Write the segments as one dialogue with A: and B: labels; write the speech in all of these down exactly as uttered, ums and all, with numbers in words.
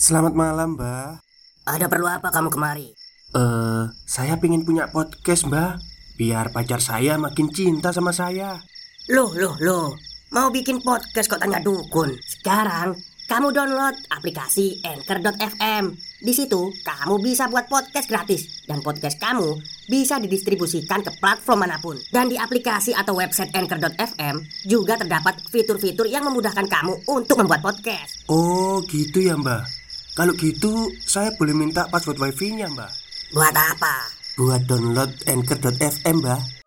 A: Selamat malam, Mbak.
B: Ada perlu apa kamu kemari?
A: Eh, saya pengen punya podcast, Mbak. Biar pacar saya makin cinta sama saya.
B: Loh, loh, loh. Mau bikin podcast kok tanya dukun? Sekarang kamu download aplikasi Anchor dot f m. Di situ kamu bisa buat podcast gratis dan podcast kamu bisa didistribusikan ke platform manapun. Dan di aplikasi atau website Anchor dot f m juga terdapat fitur-fitur yang memudahkan kamu untuk membuat podcast.
A: Oh, gitu ya, Mbak. Kalau gitu, saya boleh minta password wifi-nya, Mbak.
B: Buat apa?
A: Buat download Anchor dot f m, Mbak.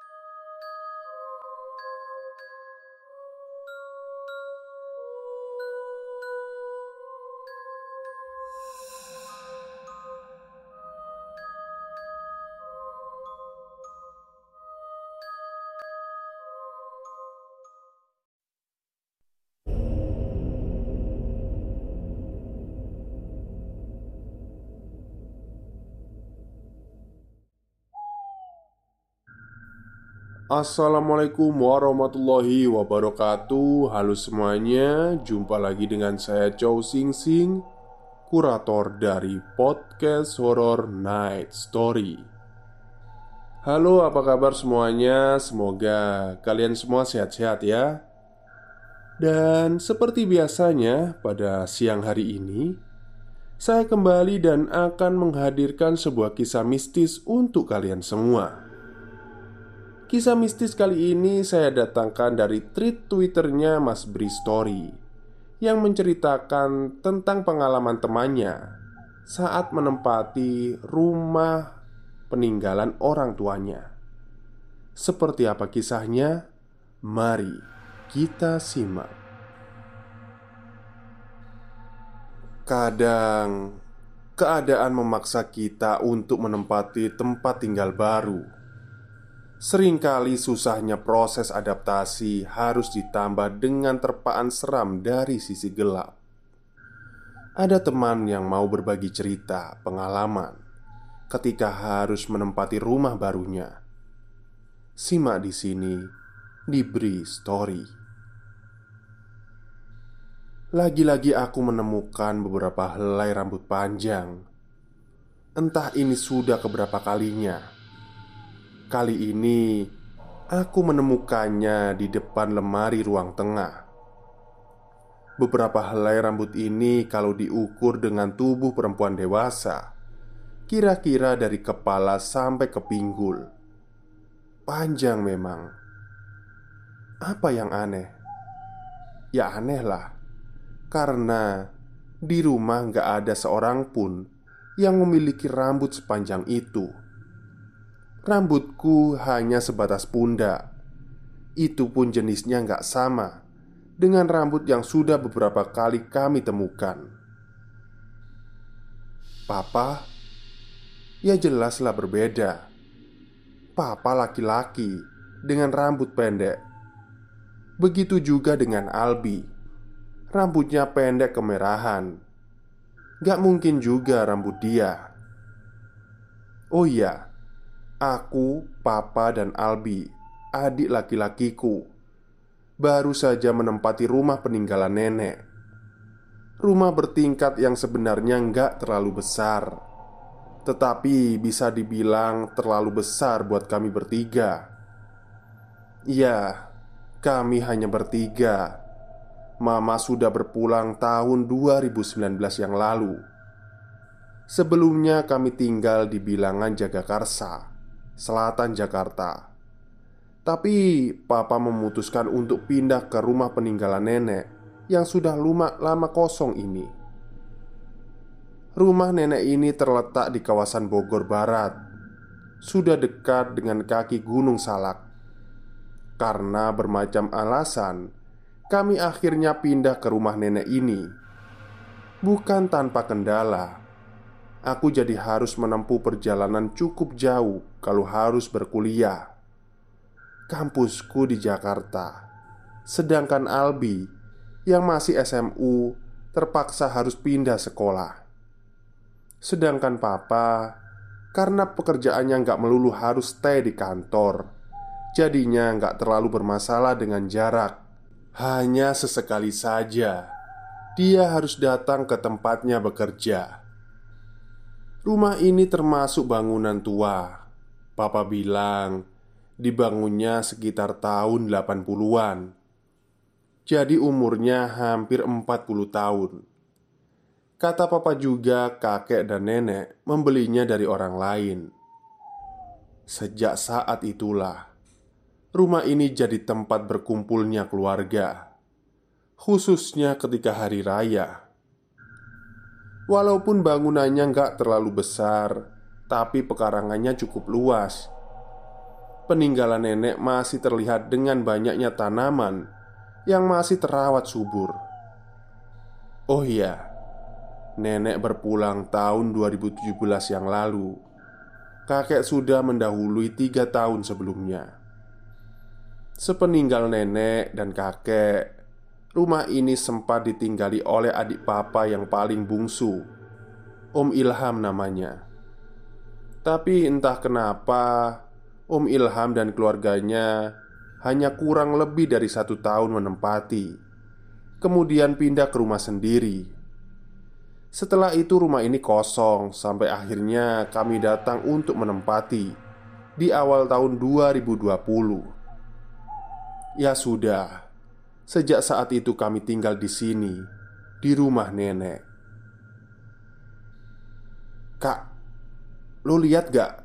C: Assalamualaikum warahmatullahi wabarakatuh. Halo semuanya, jumpa lagi dengan saya Chow Sing Sing, kurator dari podcast horror Night Story. Halo, apa kabar semuanya? Semoga kalian semua sehat-sehat ya. Dan seperti biasanya pada siang hari ini, saya kembali dan akan menghadirkan sebuah kisah mistis untuk kalian semua. Kisah mistis kali ini saya datangkan dari tweet Twitternya Mas Bri Story, yang menceritakan tentang pengalaman temannya saat menempati rumah peninggalan orang tuanya. Seperti apa kisahnya? Mari kita simak. Kadang keadaan memaksa kita untuk menempati tempat tinggal baru. Seringkali susahnya proses adaptasi harus ditambah dengan terpaan seram dari sisi gelap. Ada teman yang mau berbagi cerita pengalaman ketika harus menempati rumah barunya. Simak di sini di Bri Story. Lagi-lagi aku menemukan beberapa helai rambut panjang. Entah ini sudah keberapa kalinya. Kali ini aku menemukannya di depan lemari ruang tengah. Beberapa helai rambut ini kalau diukur dengan tubuh perempuan dewasa, kira-kira dari kepala sampai ke pinggul. Panjang memang. Apa yang aneh? Ya aneh lah, karena di rumah gak ada seorang pun yang memiliki rambut sepanjang itu. Rambutku hanya sebatas pundak. Itu pun jenisnya nggak sama dengan rambut yang sudah beberapa kali kami temukan. Papa? Ya jelaslah berbeda. Papa laki-laki dengan rambut pendek. Begitu juga dengan Albi. Rambutnya pendek kemerahan. Gak mungkin juga rambut dia. Oh iya, aku, Papa, dan Albi, adik laki-lakiku, baru saja menempati rumah peninggalan nenek. Rumah bertingkat yang sebenarnya nggak terlalu besar, tetapi bisa dibilang terlalu besar buat kami bertiga. Ya, kami hanya bertiga. Mama sudah berpulang tahun dua ribu sembilan belas yang lalu. Sebelumnya kami tinggal di bilangan Jagakarsa, selatan Jakarta. Tapi papa memutuskan untuk pindah ke rumah peninggalan nenek yang sudah lama, lama kosong ini. Rumah nenek ini terletak di kawasan Bogor Barat. Sudah dekat dengan kaki Gunung Salak. Karena bermacam alasan, kami akhirnya pindah ke rumah nenek ini. Bukan tanpa kendala. Aku jadi harus menempuh perjalanan cukup jauh kalau harus berkuliah. Kampusku di Jakarta, sedangkan Albi yang masih S M U terpaksa harus pindah sekolah. Sedangkan Papa, karena pekerjaannya nggak melulu harus stay di kantor, jadinya nggak terlalu bermasalah dengan jarak. Hanya sesekali saja dia harus datang ke tempatnya bekerja. Rumah ini termasuk bangunan tua. Papa bilang dibangunnya sekitar tahun delapan puluhan. Jadi umurnya hampir empat puluh tahun. Kata papa juga kakek dan nenek membelinya dari orang lain. Sejak saat itulah rumah ini jadi tempat berkumpulnya keluarga, khususnya ketika hari raya. Walaupun bangunannya nggak terlalu besar, tapi pekarangannya cukup luas. Peninggalan nenek masih terlihat dengan banyaknya tanaman yang masih terawat subur. Oh iya, nenek berpulang tahun dua ribu tujuh belas yang lalu. Kakek sudah mendahului tiga tahun sebelumnya. Sepeninggal nenek dan kakek, rumah ini sempat ditinggali oleh adik papa yang paling bungsu, Om Ilham namanya. Tapi entah kenapa Om Ilham dan keluarganya hanya kurang lebih dari satu tahun menempati, kemudian pindah ke rumah sendiri. Setelah itu rumah ini kosong sampai akhirnya kami datang untuk menempati di awal tahun dua ribu dua puluh. Ya sudah, sejak saat itu kami tinggal di sini, di rumah nenek. Kak, lo lihat gak?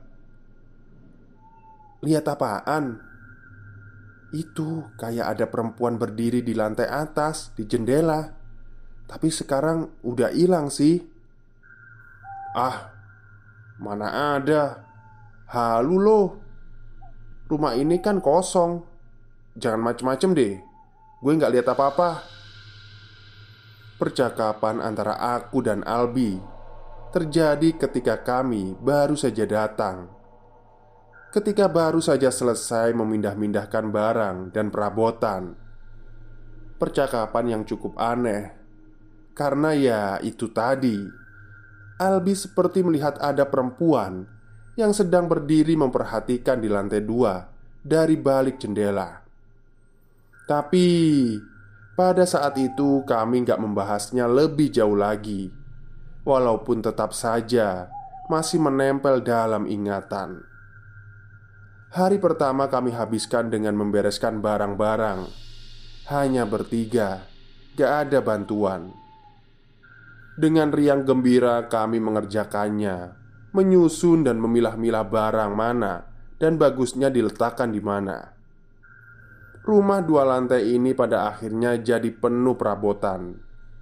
C: Lihat apaan? Itu kayak ada perempuan berdiri di lantai atas, di jendela. Tapi sekarang udah hilang sih. Ah, mana ada. Halu lo. Rumah ini kan kosong. Jangan macem-macem deh. Gue gak lihat apa-apa. Percakapan antara aku dan Albi terjadi ketika kami baru saja datang. Ketika baru saja selesai memindah-mindahkan barang dan perabotan. Percakapan yang cukup aneh. Karena ya itu tadi, Albi seperti melihat ada perempuan yang sedang berdiri memperhatikan di lantai dua dari balik jendela. Tapi pada saat itu kami gak membahasnya lebih jauh lagi. Walaupun tetap saja masih menempel dalam ingatan. Hari pertama kami habiskan dengan membereskan barang-barang. Hanya bertiga, gak ada bantuan. Dengan riang gembira kami mengerjakannya, menyusun dan memilah-milah barang mana dan bagusnya diletakkan di mana. Rumah dua lantai ini pada akhirnya jadi penuh perabotan.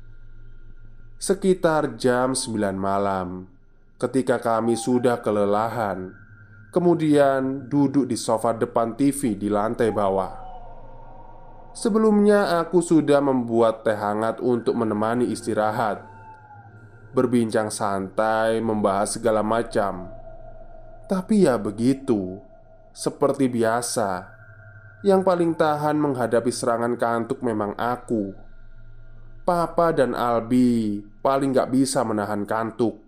C: Sekitar jam sembilan malam, ketika kami sudah kelelahan, kemudian duduk di sofa depan T V di lantai bawah. Sebelumnya aku sudah membuat teh hangat untuk menemani istirahat. Berbincang santai, membahas segala macam. Tapi ya begitu. Seperti biasa, yang paling tahan menghadapi serangan kantuk memang aku. Papa dan Albi paling gak bisa menahan kantuk.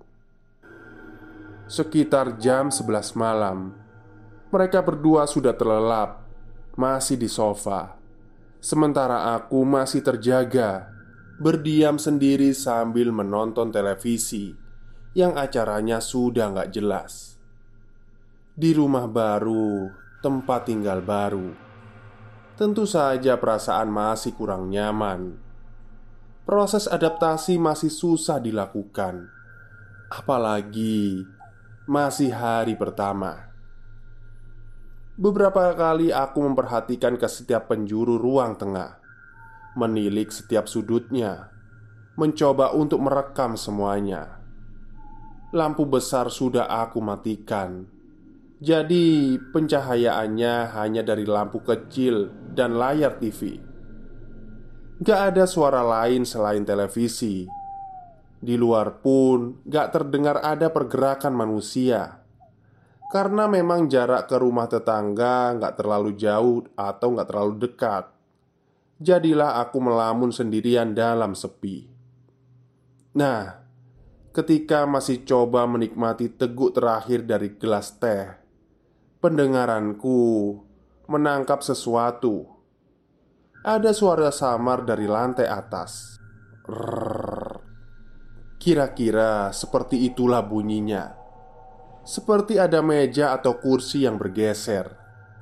C: Sekitar jam sebelas malam, mereka berdua sudah terlelap, masih di sofa. Sementara aku masih terjaga, berdiam sendiri sambil menonton televisi yang acaranya sudah gak jelas. Di rumah baru, tempat tinggal baru, tentu saja perasaan masih kurang nyaman. Proses adaptasi masih susah dilakukan. Apalagi masih hari pertama. Beberapa kali aku memperhatikan ke setiap penjuru ruang tengah, menilik setiap sudutnya, mencoba untuk merekam semuanya. Lampu besar sudah aku matikan, jadi pencahayaannya hanya dari lampu kecil dan layar T V. Gak ada suara lain selain televisi. Di luar pun gak terdengar ada pergerakan manusia. Karena memang jarak ke rumah tetangga gak terlalu jauh atau gak terlalu dekat. Jadilah aku melamun sendirian dalam sepi. Nah, ketika masih coba menikmati teguk terakhir dari gelas teh, pendengaranku menangkap sesuatu. Ada suara samar dari lantai atas. Rrrr. Kira-kira seperti itulah bunyinya. Seperti ada meja atau kursi yang bergeser.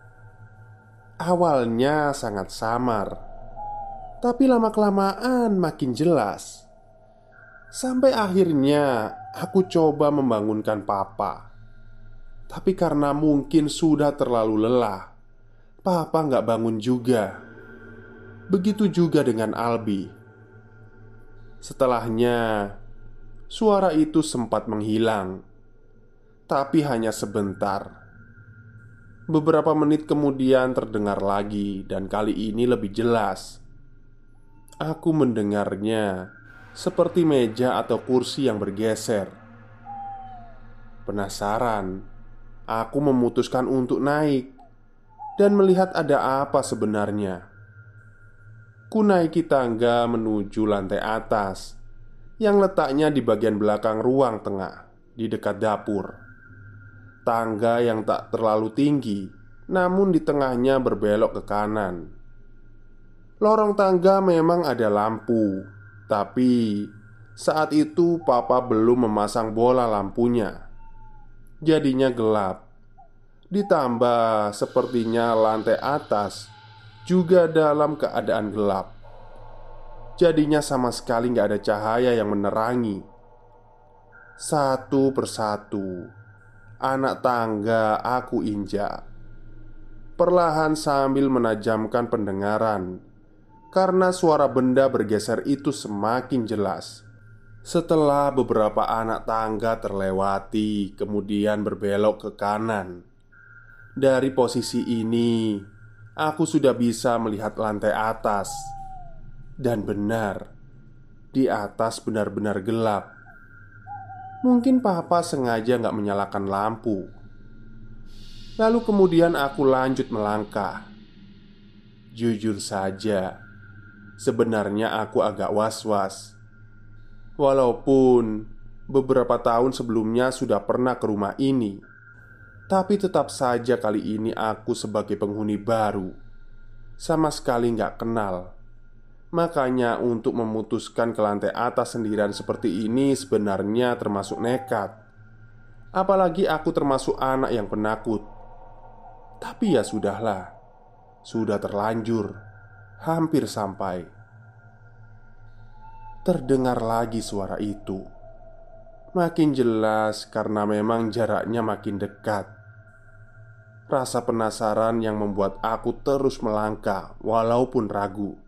C: Awalnya sangat samar, tapi lama-kelamaan makin jelas. Sampai akhirnya aku coba membangunkan papa. Tapi karena mungkin sudah terlalu lelah, papa nggak bangun juga. Begitu juga dengan Albi. Setelahnya, suara itu sempat menghilang, tapi hanya sebentar. Beberapa menit kemudian terdengar lagi, dan kali ini lebih jelas. Aku mendengarnya seperti meja atau kursi yang bergeser. Penasaran, aku memutuskan untuk naik dan melihat ada apa sebenarnya. Ku naiki tangga menuju lantai atas yang letaknya di bagian belakang ruang tengah, di dekat dapur. Tangga yang tak terlalu tinggi, namun di tengahnya berbelok ke kanan. Lorong tangga memang ada lampu, tapi saat itu papa belum memasang bola lampunya. Jadinya gelap. Ditambah sepertinya lantai atas juga dalam keadaan gelap. Jadinya sama sekali nggak ada cahaya yang menerangi. Satu persatu anak tangga aku injak perlahan sambil menajamkan pendengaran, karena suara benda bergeser itu semakin jelas. Setelah beberapa anak tangga terlewati, kemudian berbelok ke kanan. Dari posisi ini, aku sudah bisa melihat lantai atas. Dan benar, di atas benar-benar gelap. Mungkin papa sengaja nggak menyalakan lampu. Lalu kemudian aku lanjut melangkah. Jujur saja, sebenarnya aku agak was-was. Walaupun beberapa tahun sebelumnya sudah pernah ke rumah ini, tapi tetap saja kali ini aku sebagai penghuni baru, sama sekali nggak kenal. Makanya untuk memutuskan ke lantai atas sendirian seperti ini sebenarnya termasuk nekat. Apalagi aku termasuk anak yang penakut. Tapi ya sudahlah, sudah terlanjur. Hampir sampai. Terdengar lagi suara itu. Makin jelas karena memang jaraknya makin dekat. Rasa penasaran yang membuat aku terus melangkah walaupun ragu.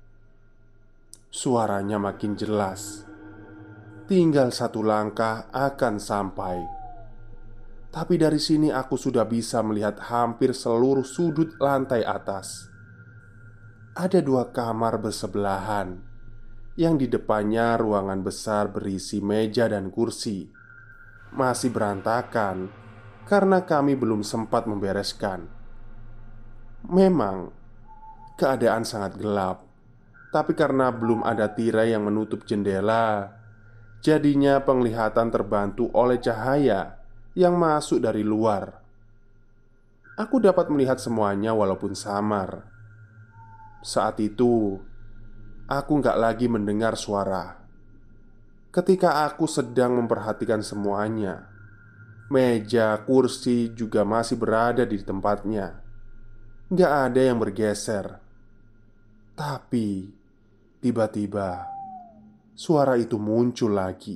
C: Suaranya makin jelas. Tinggal satu langkah akan sampai. Tapi dari sini aku sudah bisa melihat hampir seluruh sudut lantai atas. Ada dua kamar bersebelahan, yang di depannya ruangan besar berisi meja dan kursi. Masih berantakan karena kami belum sempat membereskan. Memang keadaan sangat gelap. Tapi karena belum ada tirai yang menutup jendela, jadinya penglihatan terbantu oleh cahaya yang masuk dari luar. Aku dapat melihat semuanya walaupun samar. Saat itu, aku nggak lagi mendengar suara. Ketika aku sedang memperhatikan semuanya, meja, kursi juga masih berada di tempatnya. Nggak ada yang bergeser. Tapi tiba-tiba suara itu muncul lagi.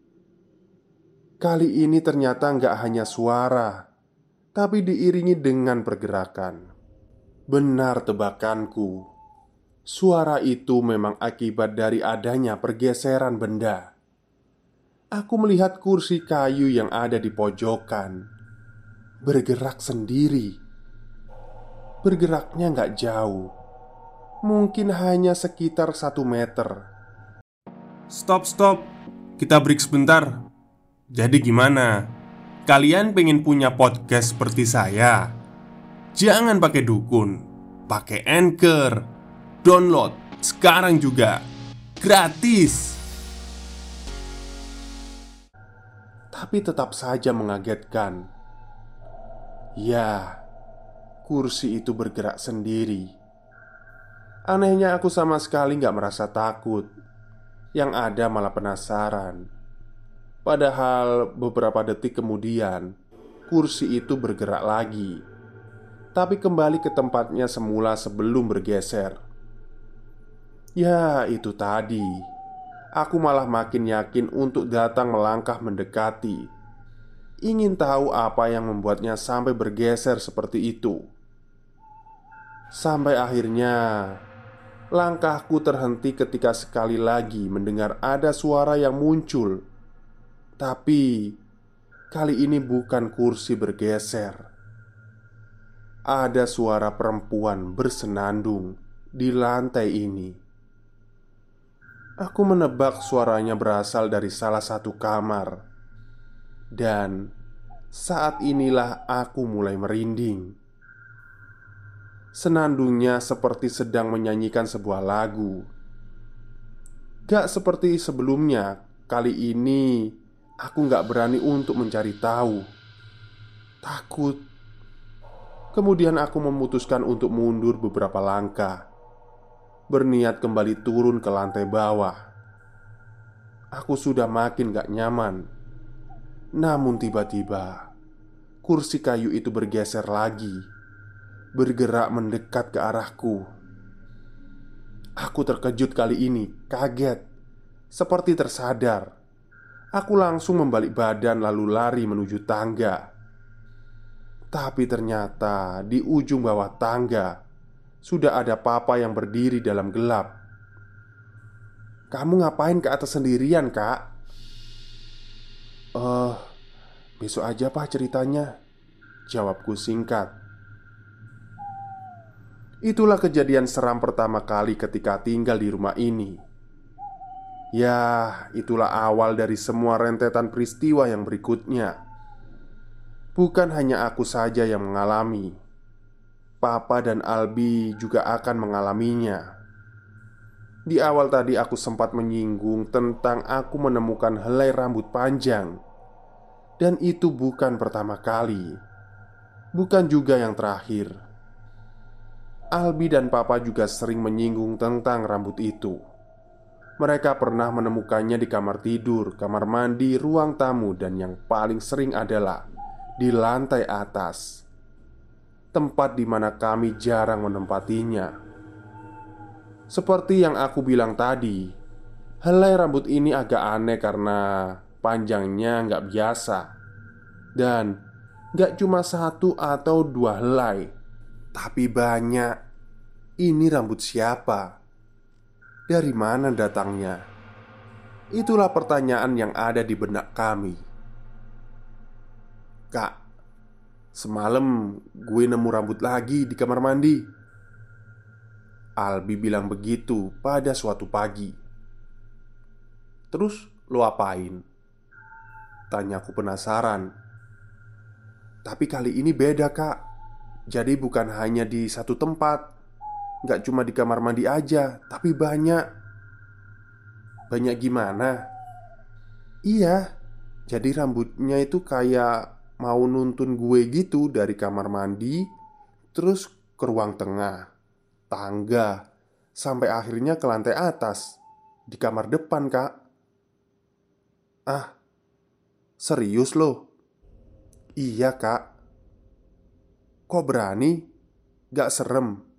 C: Kali ini ternyata nggak hanya suara, tapi diiringi dengan pergerakan. Benar tebakanku, suara itu memang akibat dari adanya pergeseran benda. Aku melihat kursi kayu yang ada di pojokan bergerak sendiri. Bergeraknya nggak jauh, mungkin hanya sekitar satu meter.
A: Stop, stop. Kita break sebentar. Jadi gimana? Kalian pengen punya podcast seperti saya? Jangan pakai dukun, pakai Anchor. Download sekarang juga. Gratis.
C: Tapi tetap saja mengagetkan. Ya, kursi itu bergerak sendiri. Anehnya aku sama sekali gak merasa takut. Yang ada malah penasaran. Padahal beberapa detik kemudian kursi itu bergerak lagi, tapi kembali ke tempatnya semula sebelum bergeser. Ya, itu tadi. Aku malah makin yakin untuk datang melangkah mendekati, ingin tahu apa yang membuatnya sampai bergeser seperti itu. Sampai akhirnya langkahku terhenti ketika sekali lagi mendengar ada suara yang muncul. Tapi kali ini bukan kursi bergeser. Ada suara perempuan bersenandung di lantai ini. Aku menebak suaranya berasal dari salah satu kamar. Dan saat inilah aku mulai merinding. Senandungnya seperti sedang menyanyikan sebuah lagu. Gak seperti sebelumnya. Kali ini aku gak berani untuk mencari tahu. Takut. Kemudian aku memutuskan untuk mundur beberapa langkah, berniat kembali turun ke lantai bawah. Aku sudah makin gak nyaman. Namun tiba-tiba kursi kayu itu bergeser lagi, bergerak mendekat ke arahku. Aku terkejut kali ini, kaget, seperti tersadar. Aku langsung membalik badan lalu lari menuju tangga. Tapi ternyata di ujung bawah tangga sudah ada papa yang berdiri dalam gelap. "Kamu ngapain ke atas sendirian, Kak?" "Eh, besok aja Pak ceritanya," jawabku singkat. Itulah kejadian seram pertama kali ketika tinggal di rumah ini. Ya, itulah awal dari semua rentetan peristiwa yang berikutnya. Bukan hanya aku saja yang mengalami. Papa dan Albi juga akan mengalaminya. Di awal tadi aku sempat menyinggung tentang aku menemukan helai rambut panjang. Dan itu bukan pertama kali. Bukan juga yang terakhir. Albi dan Papa juga sering menyinggung tentang rambut itu. Mereka pernah menemukannya di kamar tidur, kamar mandi, ruang tamu, dan yang paling sering adalah di lantai atas, tempat di mana kami jarang menempatinya. Seperti yang aku bilang tadi, helai rambut ini agak aneh karena panjangnya nggak biasa. Dan nggak cuma satu atau dua helai, tapi banyak. Ini rambut siapa? Dari mana datangnya? Itulah pertanyaan yang ada di benak kami. "Kak, semalam gue nemu rambut lagi di kamar mandi," Albi bilang begitu pada suatu pagi. "Terus lo apain?" tanyaku penasaran. "Tapi kali ini beda, Kak. Jadi bukan hanya di satu tempat. Gak cuma di kamar mandi aja, tapi banyak." "Banyak gimana?" "Iya, jadi rambutnya itu kayak mau nuntun gue gitu dari kamar mandi, terus ke ruang tengah, tangga, sampai akhirnya ke lantai atas, di kamar depan, Kak." "Ah, serius lo?" "Iya, Kak." "Kok berani? Gak serem?"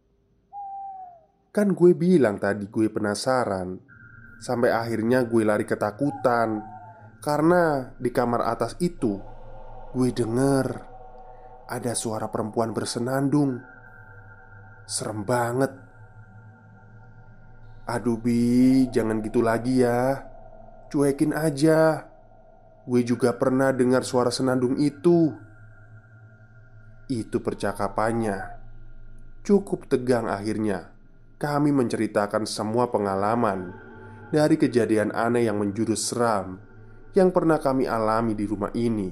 C: "Kan gue bilang tadi gue penasaran. Sampai akhirnya gue lari ketakutan. Karena di kamar atas itu gue denger ada suara perempuan bersenandung. Serem banget." "Aduh Bi, jangan gitu lagi ya. Cuekin aja. Gue juga pernah dengar suara senandung itu." Itu percakapannya. Cukup tegang akhirnya. Kami menceritakan semua pengalaman dari kejadian aneh yang menjurus seram yang pernah kami alami di rumah ini.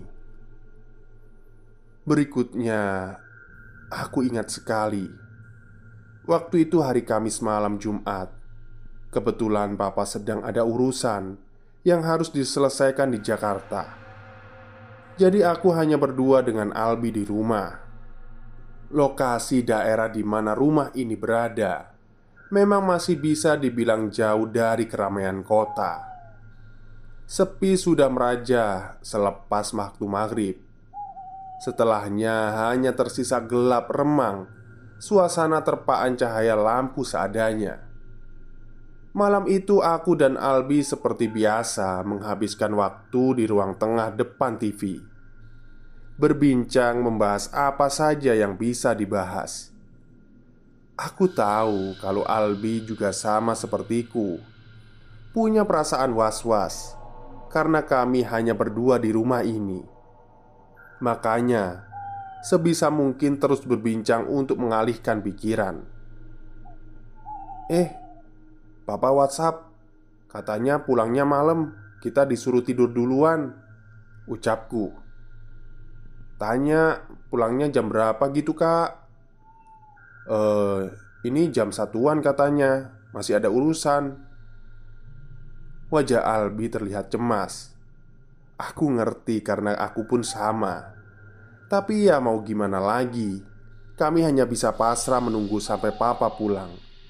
C: Berikutnya, aku ingat sekali. Waktu itu hari Kamis malam Jumat. Kebetulan Papa sedang ada urusan yang harus diselesaikan di Jakarta. Jadi aku hanya berdua dengan Albi di rumah. Lokasi daerah di mana rumah ini berada memang masih bisa dibilang jauh dari keramaian kota. Sepi sudah meraja selepas waktu maghrib. Setelahnya hanya tersisa gelap remang, suasana terpaan cahaya lampu seadanya. Malam itu aku dan Albi seperti biasa menghabiskan waktu di ruang tengah depan T V, berbincang membahas apa saja yang bisa dibahas. Aku tahu kalau Albi juga sama sepertiku, punya perasaan was-was karena kami hanya berdua di rumah ini. Makanya, sebisa mungkin terus berbincang untuk mengalihkan pikiran. Eh, Papa WhatsApp, katanya pulangnya malam, kita disuruh tidur duluan, ucapku. Tanya, pulangnya jam berapa gitu kak? Eh, ini jam satuan katanya, masih ada urusan. Wajah Albi terlihat cemas. Aku ngerti karena aku pun sama. Tapi ya mau gimana lagi, kami hanya bisa pasrah menunggu sampai papa pulang.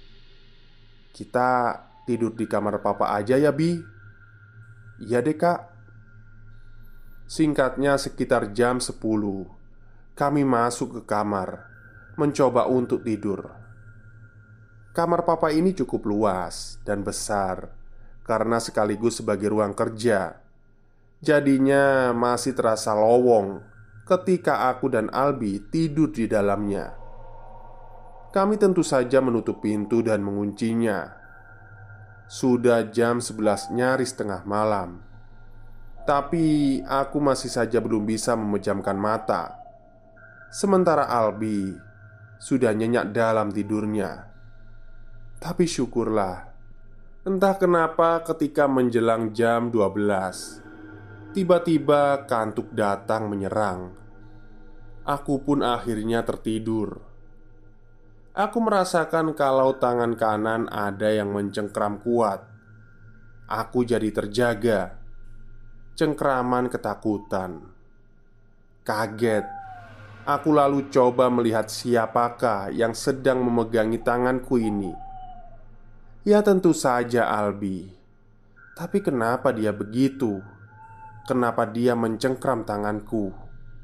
C: Kita tidur di kamar papa aja ya Bi. Iya deh kak. Singkatnya sekitar jam sepuluh kami masuk ke kamar, mencoba untuk tidur. Kamar papa ini cukup luas dan besar karena sekaligus sebagai ruang kerja. Jadinya masih terasa lowong ketika aku dan Albi tidur di dalamnya. Kami tentu saja menutup pintu dan menguncinya. Sudah jam sebelas nyaris tengah malam, tapi aku masih saja belum bisa memejamkan mata. Sementara Albi sudah nyenyak dalam tidurnya. Tapi syukurlah, entah kenapa ketika menjelang jam dua belas, tiba-tiba kantuk datang menyerang. Aku pun akhirnya tertidur. Aku merasakan kalau tangan kanan ada yang mencengkram kuat. Aku jadi terjaga. Cengkraman ketakutan. Kaget. Aku lalu coba melihat siapakah yang sedang memegangi tanganku ini. Ya tentu saja Albi. Tapi kenapa dia begitu? Kenapa dia mencengkram tanganku?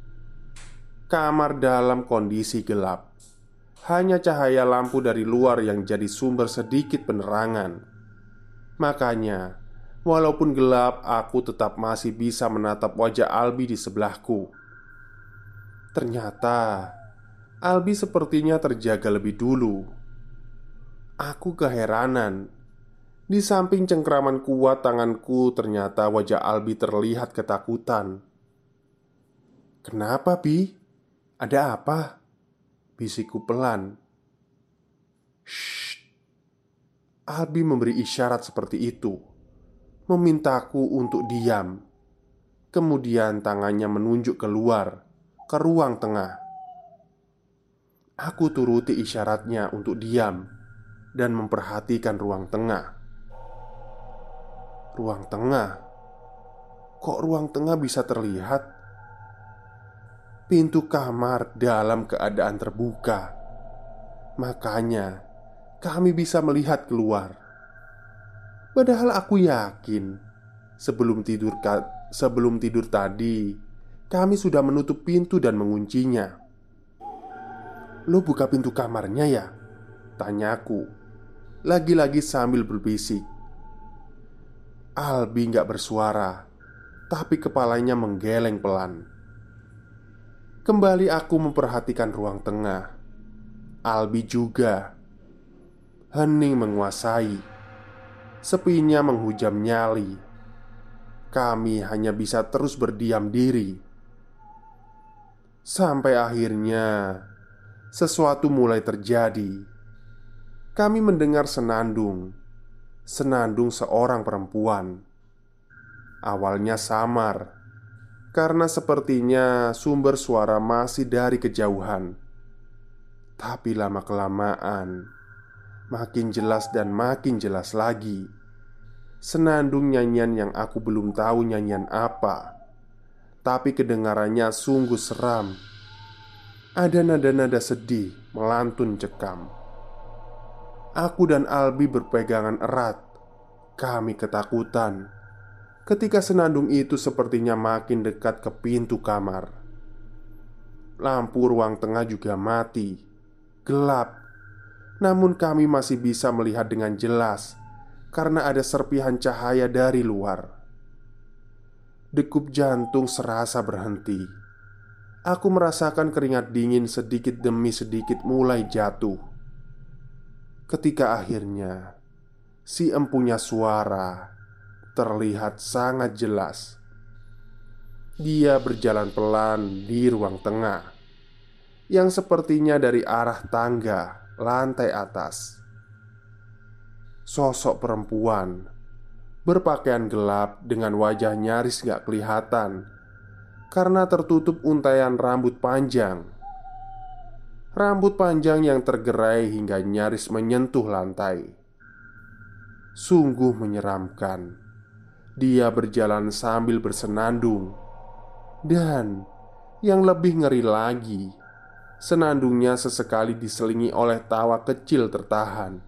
C: Kamar dalam kondisi gelap. Hanya cahaya lampu dari luar yang jadi sumber sedikit penerangan. Makanya, walaupun gelap, aku tetap masih bisa menatap wajah Albi di sebelahku. Ternyata Albi sepertinya terjaga lebih dulu. Aku keheranan. Di samping cengkraman kuat tanganku, ternyata wajah Albi terlihat ketakutan. "Kenapa, Bi? Ada apa?" bisikku pelan. "Shh." Albi memberi isyarat seperti itu, memintaku untuk diam. Kemudian tangannya menunjuk keluar ke ruang tengah. Aku turuti isyaratnya untuk diam dan memperhatikan ruang tengah. Ruang tengah? Kok ruang tengah bisa terlihat? Pintu kamar dalam keadaan terbuka. Makanya kami bisa melihat keluar. Padahal aku yakin sebelum tidur sebelum tidur tadi kami sudah menutup pintu dan menguncinya. "Lo buka pintu kamarnya ya?" tanyaku, lagi-lagi sambil berbisik. Albi gak bersuara, tapi kepalanya menggeleng pelan. Kembali aku memperhatikan ruang tengah. Albi juga. Hening menguasai. Sepinya menghujam nyali. Kami hanya bisa terus berdiam diri. Sampai akhirnya sesuatu mulai terjadi. Kami mendengar senandung. Senandung seorang perempuan. Awalnya samar, karena sepertinya sumber suara masih dari kejauhan. Tapi lama-kelamaan makin jelas dan makin jelas lagi. Senandung nyanyian yang aku belum tahu nyanyian apa, tapi kedengarannya sungguh seram. Ada nada-nada sedih melantun cekam. Aku dan Albi berpegangan erat. Kami ketakutan ketika senandung itu sepertinya makin dekat ke pintu kamar. Lampu ruang tengah juga mati, gelap. Namun kami masih bisa melihat dengan jelas karena ada serpihan cahaya dari luar. Degup jantung serasa berhenti. Aku merasakan keringat dingin sedikit demi sedikit mulai jatuh. Ketika akhirnya si empunya suara terlihat sangat jelas. Dia berjalan pelan di ruang tengah yang sepertinya dari arah tangga lantai atas. Sosok perempuan berpakaian gelap dengan wajah nyaris gak kelihatan karena tertutup untaian rambut panjang. Rambut panjang yang tergerai hingga nyaris menyentuh lantai. Sungguh menyeramkan. Dia berjalan sambil bersenandung. Dan yang lebih ngeri lagi, senandungnya sesekali diselingi oleh tawa kecil tertahan.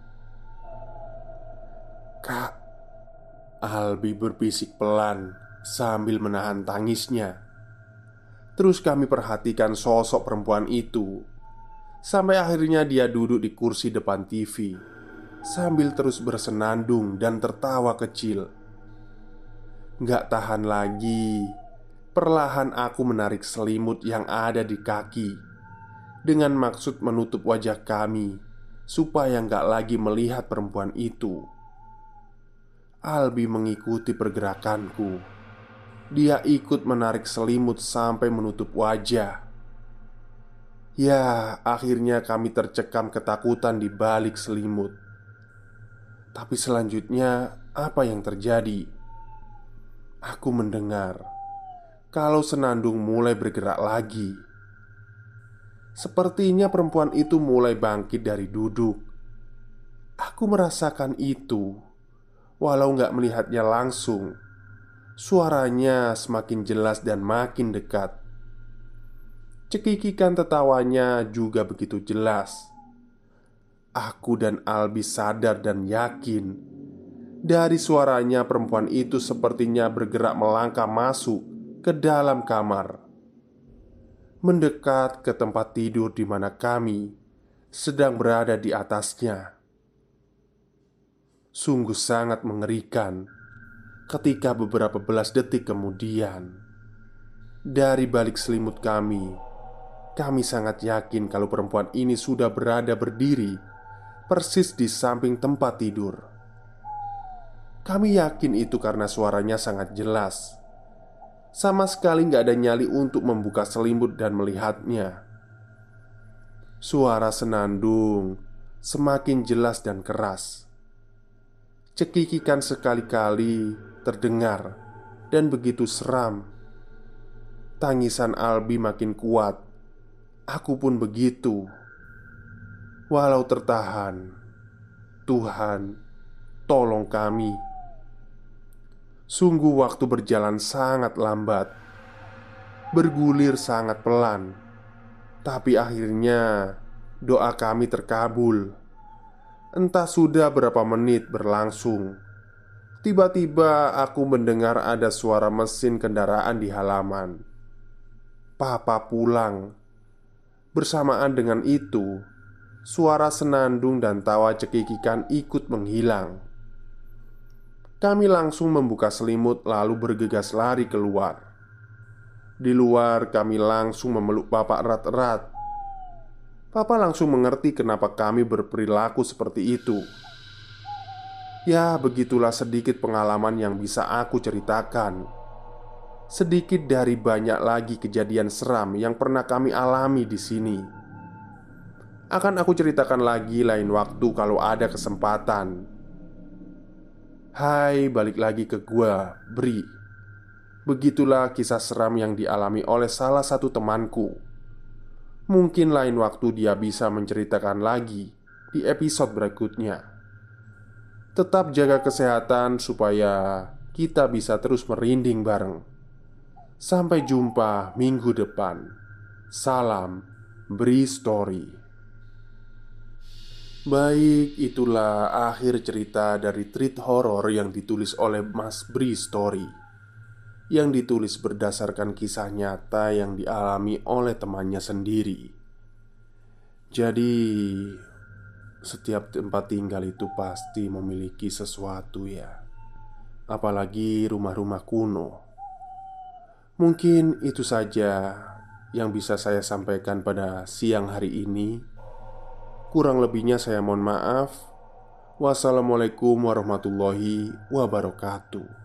C: "Kak," Albi berbisik pelan sambil menahan tangisnya. Terus kami perhatikan sosok perempuan itu sampai akhirnya dia duduk di kursi depan T V sambil terus bersenandung dan tertawa kecil. Gak tahan lagi, perlahan aku menarik selimut yang ada di kaki dengan maksud menutup wajah kami supaya gak lagi melihat perempuan itu. Albi mengikuti pergerakanku. Dia ikut menarik selimut sampai menutup wajah. Ya, akhirnya kami tercekam ketakutan di balik selimut. Tapi selanjutnya, apa yang terjadi? Aku mendengar kalau senandung mulai bergerak lagi. Sepertinya perempuan itu mulai bangkit dari duduk. Aku merasakan itu, walau gak melihatnya langsung. Suaranya semakin jelas dan makin dekat. Cekikikan tertawanya juga begitu jelas. Aku dan Albi sadar dan yakin dari suaranya perempuan itu sepertinya bergerak melangkah masuk ke dalam kamar, mendekat ke tempat tidur di mana kami sedang berada di atasnya. Sungguh sangat mengerikan ketika beberapa belas detik kemudian, dari balik selimut kami, kami sangat yakin kalau perempuan ini sudah berada berdiri persis di samping tempat tidur. Kami yakin itu karena suaranya sangat jelas. Sama sekali gak ada nyali untuk membuka selimut dan melihatnya. Suara senandung semakin jelas dan keras. Cekikikan sekali-kali terdengar dan begitu seram. Tangisan Albi makin kuat. Aku pun begitu. Walau tertahan, Tuhan, tolong kami. Sungguh waktu berjalan sangat lambat, bergulir sangat pelan. Tapi akhirnya doa kami terkabul. Entah sudah berapa menit berlangsung, tiba-tiba aku mendengar ada suara mesin kendaraan di halaman. Papa pulang. Bersamaan dengan itu, suara senandung dan tawa cekikikan ikut menghilang. Kami langsung membuka selimut lalu bergegas lari keluar. Di luar kami langsung memeluk Papa erat-erat. Papa langsung mengerti kenapa kami berperilaku seperti itu. Ya, begitulah sedikit pengalaman yang bisa aku ceritakan. Sedikit dari banyak lagi kejadian seram yang pernah kami alami di sini. Akan aku ceritakan lagi lain waktu kalau ada kesempatan. Hai, balik lagi ke gua, Bri. Begitulah kisah seram yang dialami oleh salah satu temanku. Mungkin lain waktu dia bisa menceritakan lagi di episode berikutnya. Tetap jaga kesehatan supaya kita bisa terus merinding bareng. Sampai jumpa minggu depan. Salam Bri Story. Baik, itulah akhir cerita dari treat horror yang ditulis oleh Mas Bri Story, yang ditulis berdasarkan kisah nyata yang dialami oleh temannya sendiri. Jadi, setiap tempat tinggal itu pasti memiliki sesuatu ya. Apalagi rumah-rumah kuno. Mungkin itu saja yang bisa saya sampaikan pada siang hari ini. Kurang lebihnya saya mohon maaf. Wassalamualaikum warahmatullahi wabarakatuh.